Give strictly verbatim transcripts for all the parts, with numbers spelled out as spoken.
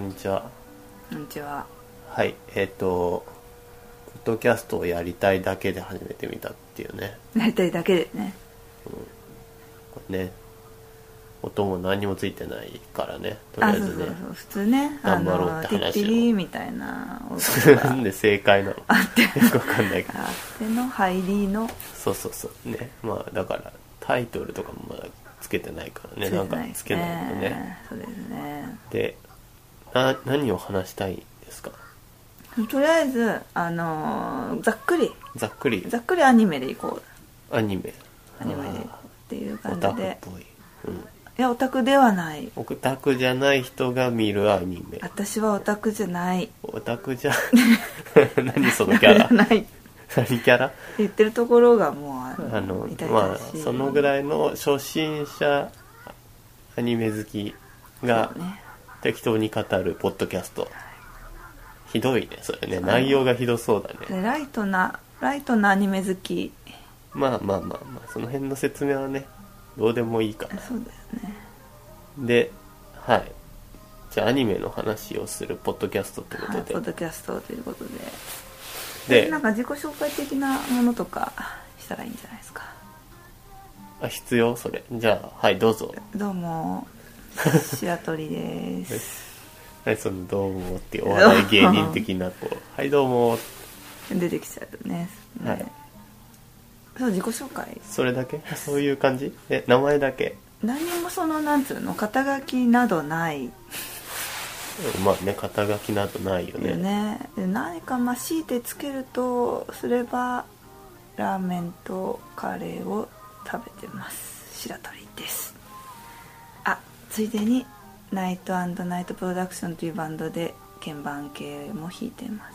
んにちは。 こんにちは。 はい、えっ、ー、とポッドキャストをやりたいだけで始めてみたっていうね。 やりたいだけでね。 うん、これね、音も何もついてないからね。とりあえずね。 あ、そうそうそう、普通ね。 頑張ろうって話を。 ティッティリーみたいな音が。なんで正解なの？ あって。 よくわかんないけど。 あっての入りの。 そうそうそうね。まあだからタイトルとかもまだつけてないからね。なんかつけないとね。 そうですね。 で、な何を話したいですか？ とりあえずあのー、ざっくりざっくりざっくりアニメでいこう。アニメ。 アニメでいこうっていう感じで。 オタクっぽい。うん。 いやオタクではない。 オタクじゃない人が見るアニメ。 私はオタクじゃない。 オタクじゃ何そのキャラ？ ない何キャラ？ 言ってるところがもうあのあの痛々しい。 まあそのぐらいの初心者アニメ好きが適当に語るポッドキャスト。ひどいねそれね。内容がひどそうだね。 ライトなライトなアニメ好き。 まあまあまあまあその辺の説明はねどうでもいいから。 そうですね。 で、はい。じゃあアニメの話をするポッドキャストってことで。はい、 ポッドキャストということで。 で、なんか自己紹介的なものとかしたらいいんじゃないですか。 あ、必要それ。じゃあはいどうぞ。 どうも白鳥です。 はい、そのどうもっていうお笑い芸人的なこうはいどうも出てきちゃうね。 はい。 そう自己紹介。 それだけ？そういう感じ？え名前だけ？ 何もそのなんつうの肩書きなどない。 まあね肩書きなどないよね。 ね何かまあ強いてつけるとすればラーメンとカレーを食べてます。白鳥です。あついでにナイト&ナイトプロダクションというバンドで鍵盤系も弾いてます。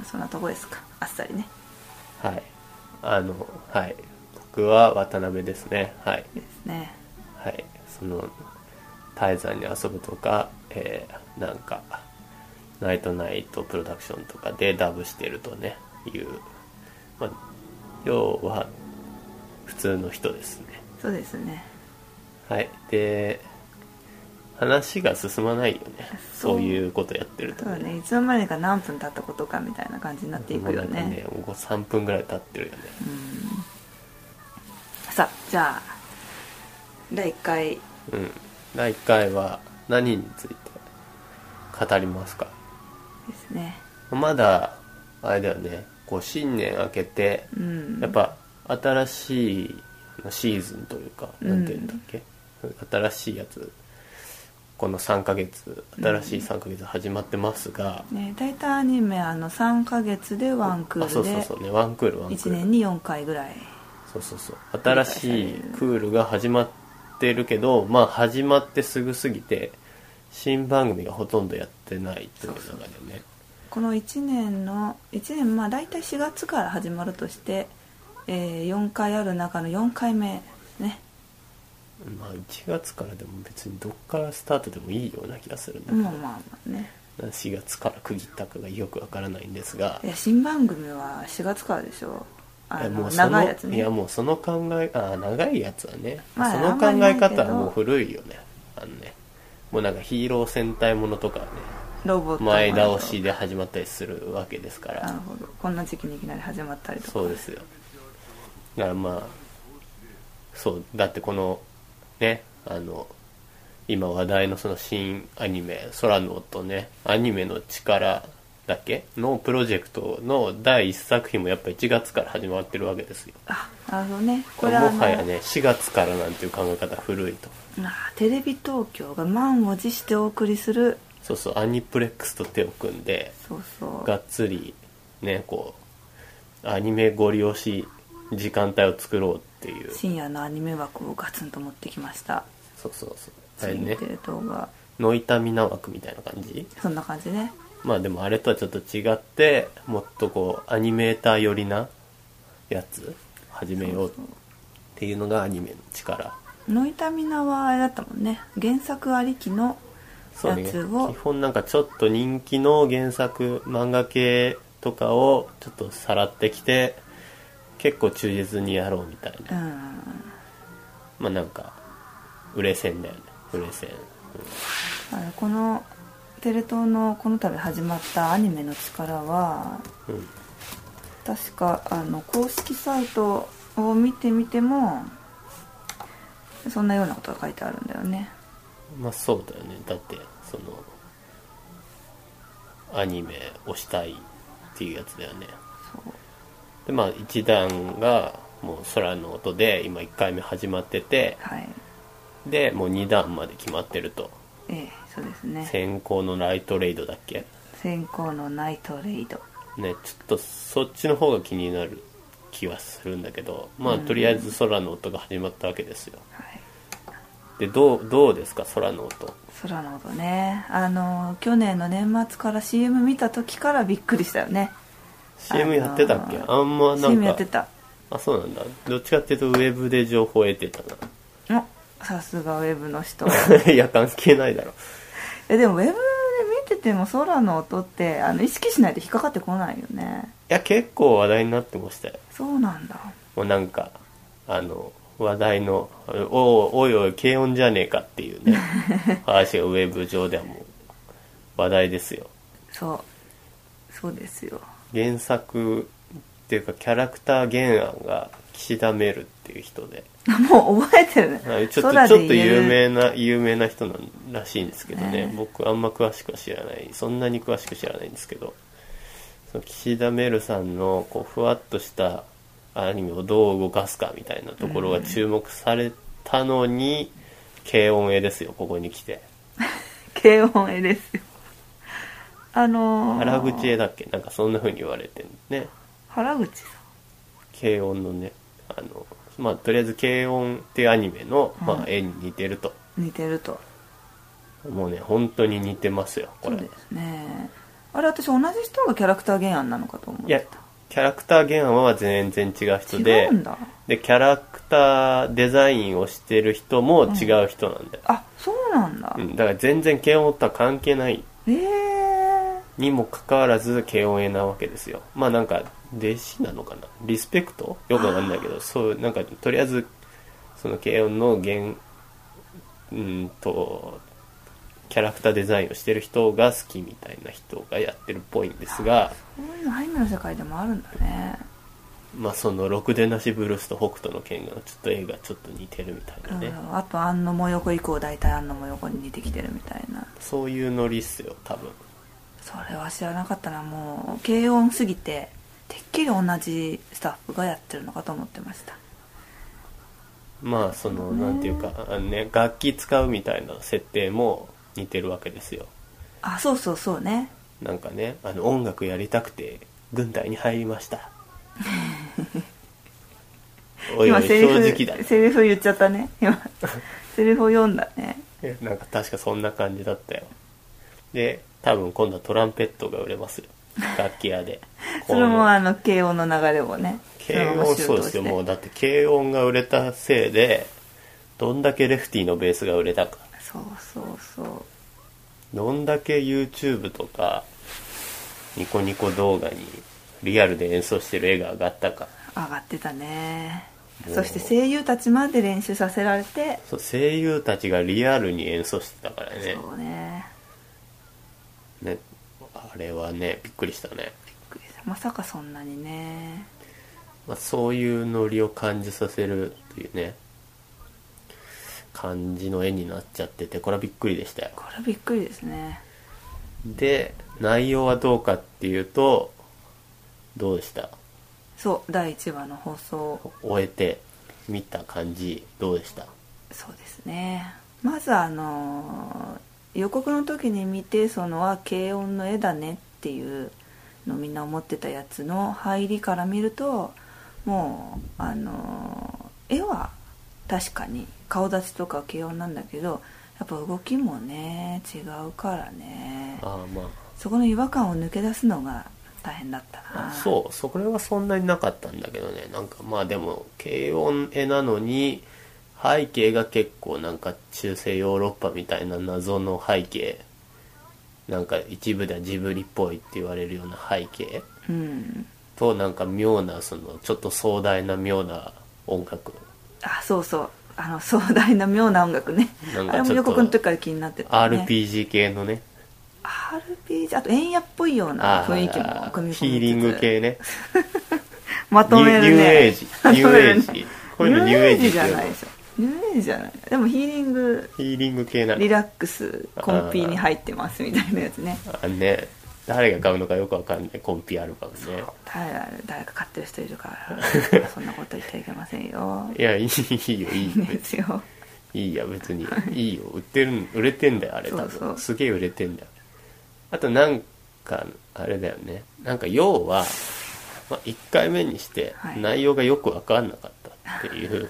そんなとこですか。あっさりね。 はいあのはい僕は渡辺ですね。はいですね。 はいその泰山に遊ぶとか、えー、なんかナイトナイトプロダクションとかでダブしてるとねいう、まあ、要は普通の人ですね。そうですね。 はいで話が進まないよね。そう、そういうことやってるとね, そうねいつの間にか何分経ったことかみたいな感じになっていくよね。 もうなんかねもうさんぷんぐらい経ってるよね。 うんさあじゃあだいいっかい、 うん、だいいっかいは何について語りますか？ ですね。 まだあれだよねこう新年明けて、うん、やっぱ新しいシーズンというか、うん、なんていうんだっけ新しいやつこのさんかげつ新しいさんかげつ始まってますが、 うんね、大体アニメあのさんかげつでワンクールでそうそうそうねワンクールワンクールいちねんによんかいぐらいそうそうそう新しいクールが始まってるけどまあ始まってすぐすぎて新番組がほとんどやってないという中でね。そうそうこのいちねんのいちねんまあ大体しがつから始まるとして、えー、よんかいある中のよんかいめね。 まあいちがつからでも別にどっからスタートでもいいような気がするんだけど、 まあまあまあねしがつから区切ったかがよくわからないんですがいや新番組はしがつからでしょ。あのもう長いやつね。 いやもうその考えあ長いやつはね、まあ、その考え方はもう古いよね。あのねもうなんかヒーロー戦隊ものとかはねロボット前倒しで始まったりするわけですから。 なるほどこんな時期にいきなり始まったりとか。 そうですよ。だからまあそうだってこのねあの今話題のその新アニメ空の音ねアニメの力だっけのプロジェクトのだいいっさく品もやっぱいちがつから始まってるわけですよ。 あなるほどね。 これはもはやねしがつからなんていう考え方古いと。 あテレビ東京が満を持してお送りするそうそうアニプレックスと手を組んでそうそうがっつりねこうアニメご利用し時間帯を作ろうっていう深夜のアニメ枠をガツンと持ってきました。 そうそうそうあれねテレ東がノイタミナ枠みたいな感じ。 そんな感じね。 まあでもあれとはちょっと違ってもっとこうアニメーター寄りなやつ始めようっていうのがアニメの力。 ノイタミナはあれだったもんね原作ありきのやつを、 ね、基本なんかちょっと人気の原作漫画系とかをちょっとさらってきて結構忠実にやろうみたいな、うん、まあなんか売れ線だよね売れ線、 うん、このテレ東のこの度始まったアニメの力は、 うん、 確かあの公式サイトを見てみてもそんなようなことが書いてあるんだよね。 まあそうだよね。だってそのアニメをしたいっていうやつだよね。 そうでまあ一弾がもう空の音で今いっかいめ始まってて、 はい、 でもうにだんまで決まってると。 ええ、そうですね。 先行のライトレイドだっけ。 先行のナイトレイドね、ちょっとそっちの方が気になる気はするんだけど、まあとりあえず空の音が始まったわけですよ。 はい、 でどうどうですか空の音。 空の音ね、あの去年の年末から シーエム 見た時からびっくりしたよね。 シーエム やってたっけ。あんまなんかシーエム やってた。 あ、そうなんだ。どっちかっていうとウェブで情報を得てたお、さすがウェブの人ないや関係ないだろ。 えでもウェブで見てても空の音ってあの意識しないと引っかかってこないよね。 いや結構話題になってましたよ。 そうなんだ。 もうなんかあの話題のおおいおい軽音じゃねえかっていうね話がウェブ上ではもう話題ですよ。 そうそうですよ。 原作っていうかキャラクター原案が岸田メルっていう人で、 もう覚えてるね。 ちょっとちょっと有名な有名な人なんらしいんですけどね、 ね、 僕あんま詳しくは知らない、そんなに詳しく知らないんですけど、その岸田メルさんのこうふわっとしたアニメをどう動かすかみたいなところが注目されたのに、うん、軽音絵ですよここに来て軽音絵ですよ。あのー、 原口絵だっけ、なんかそんな風に言われてるね。 原口さん軽音のね、あのまあとりあえず軽音っていうアニメの、まあ、絵に似てると、 うん、似てると。 もうね本当に似てますよこれ。 そうですね。あれ私同じ人がキャラクター原案なのかと思ってた。 いやキャラクター原案は全然違う人で、 違うんだ。 でキャラクターデザインをしてる人も違う人なんだよ、 うん、あ、そうなんだ、 うん、だから全然軽音とは関係ないえー、 にもかかわらず軽音絵なわけですよ。まあなんか弟子なのかな、リスペクトよくわかんないけど、そうなんかとりあえずその軽音の原うんとキャラクターデザインをしてる人が好きみたいな人がやってるっぽいんですが、 そういうのアニメの世界でもあるんだね。 まあそのろくでなしブルースと北斗の拳がちょっと絵がちょっと似てるみたいなね、 うん、あと庵野もよこ以降大体庵野もよこに似てきてるみたいな、 そういうノリっすよ多分。 それは知らなかったな。もう軽音すぎててっきり同じスタッフがやってるのかと思ってました。 まあそのなんていうかあの、ね、楽器使うみたいな設定も似てるわけですよ。 あ、そうそうそうね。 なんかね、あの音楽やりたくて軍隊に入りましたおいおい正直だ、 セリフ言っちゃったね今セリフを読んだね。 なんか確かそんな感じだったよ。で多分今度はトランペットが売れますよ楽器屋でそれもあの軽音の流れをね、 軽音そうですよ。もうだって軽音が売れたせいでどんだけレフティのベースが売れたか、 そうそうそう、 どんだけ YouTube とかニコニコ動画にリアルで演奏してる絵が上がったか。 上がってたね。そして声優たちまで練習させられて、 そう声優たちがリアルに演奏してたからね。 そうね。 ね、あれはねびっくりしたね。びっくりした。まさかそんなにね、 まあ、そういうノリを感じさせるというね感じの絵になっちゃってて、これはびっくりでしたよ。 これはびっくりですね。 で内容はどうかっていうとどうでした？ そうだいいちわの放送を終えて見た感じどうでした？ そうですね、まずあの予告の時に見て、そのは軽音の絵だねっていうのみんな思ってたやつの入りから見ると、もうあの絵は確かに顔立ちとか軽音なんだけど、やっぱ動きもね違うからね、 ああ、まあそこの違和感を抜け出すのが大変だったな。 そう、それはそんなになかったんだけどね。なんかまあでも軽音絵なのに背景が結構なんか中世ヨーロッパみたいな謎の背景、なんか一部ではジブリっぽいって言われるような背景、 うん、 となんか妙なそのちょっと壮大な妙な音楽。 あ、そうそう、あの壮大な妙な音楽ね。あれも予告の時から気になってたね。 アールピージー 系のね。 あアールピージー あと円野っぽいような雰囲気も組み込みつつヒーリング系ねまとめるねニューエイジニューエイジこういうのニューエイジじゃないでしょ。ニューエイジじゃない。でもヒーリングヒーリング系なリラックスコンピに入ってますみたいなやつね。 あね、誰が買うのかよくわかんないコンピアルバムね。 誰が誰か買ってる人いるからそんなこと言ってはいけませんよ。 いやいいよいいよですよ。 いいや別にいいよ売ってる売れてんだよあれ多分そうそうすげえ売れてんだよ。あとなんかあれだよね、なんか要は、まあ、いっかいめにして内容がよく分かんなかったっていう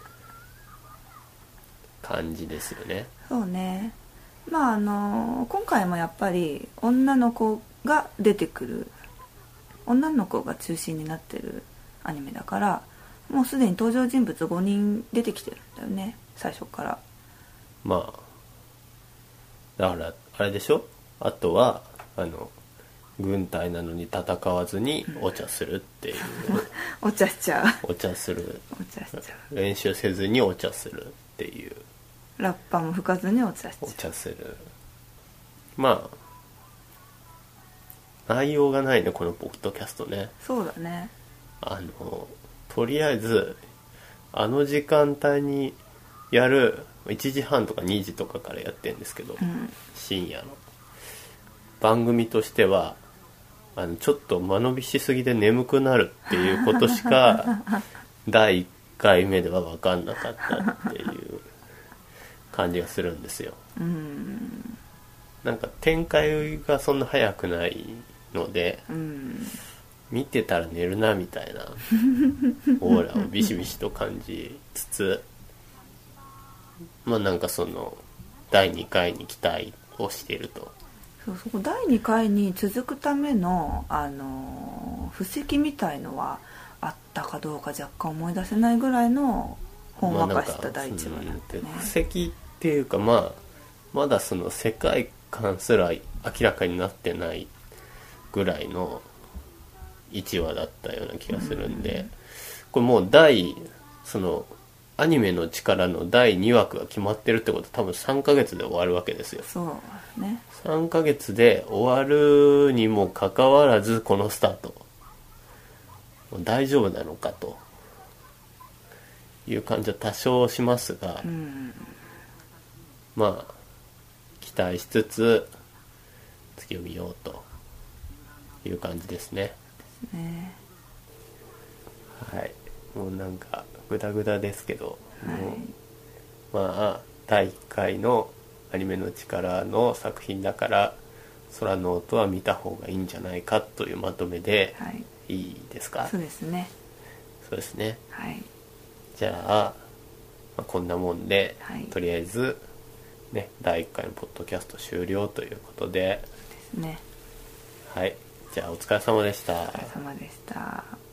感じですよね。 そうね。まああの今回もやっぱり女の子が出てくる、女の子が中心になってるアニメだから、もうすでに登場人物ごにん出てきてるんだよね、最初から。 まあだからあれでしょ、あとはあの軍隊なのに戦わずにお茶するっていう、 お茶しちゃうお茶するお茶しちゃう練習せずにお茶するっていう、 ラッパも吹かずにお茶しちゃうお茶する。まあ内容がないねこのポッドキャストね。 そうだね。 あのとりあえずあの時間帯にやるいちじはんとかにじとかからやってるんですけど、 うん、 深夜の番組としてはあのちょっと間延びしすぎて眠くなるっていうことしかだいいっかいめでは分かんなかったっていう感じがするんですよ。 うん、 なんか展開がそんな早くないので、 うん、 見てたら寝るなみたいなオーラをビシビシと感じつつまあなんかそのだいにかいに期待をしていると。 そうそこだいにかいに続くための、あの布石みたいのはあったかどうか若干思い出せないぐらいのほんわかした第一話だったね。 布石っていうか、まあまだその世界観すら明らかになってないぐらいのいちわだったような気がするんで、うん、これもう第そのアニメの力のだいにわくが決まってるってことは多分さんかげつで終わるわけですよ。 そうね。 さんかげつで終わるにもかかわらずこのスタート大丈夫なのかという感じは多少しますが、 うん、 まあ期待しつつ次を見ようという感じですね。 ですね。 はい、もうなんかグダグダですけど、 はい、 もうまあだいいっかいのアニメの力の作品だから空の音は見た方がいいんじゃないかというまとめでいいですか？ はい、そうですね。 そうですね。 はい。 じゃあ、まあ、こんなもんで、 はい、 とりあえずねだいいっかいのポッドキャスト終了ということでですね。 はい、じゃあお疲れ様でした。 お疲れ様でした。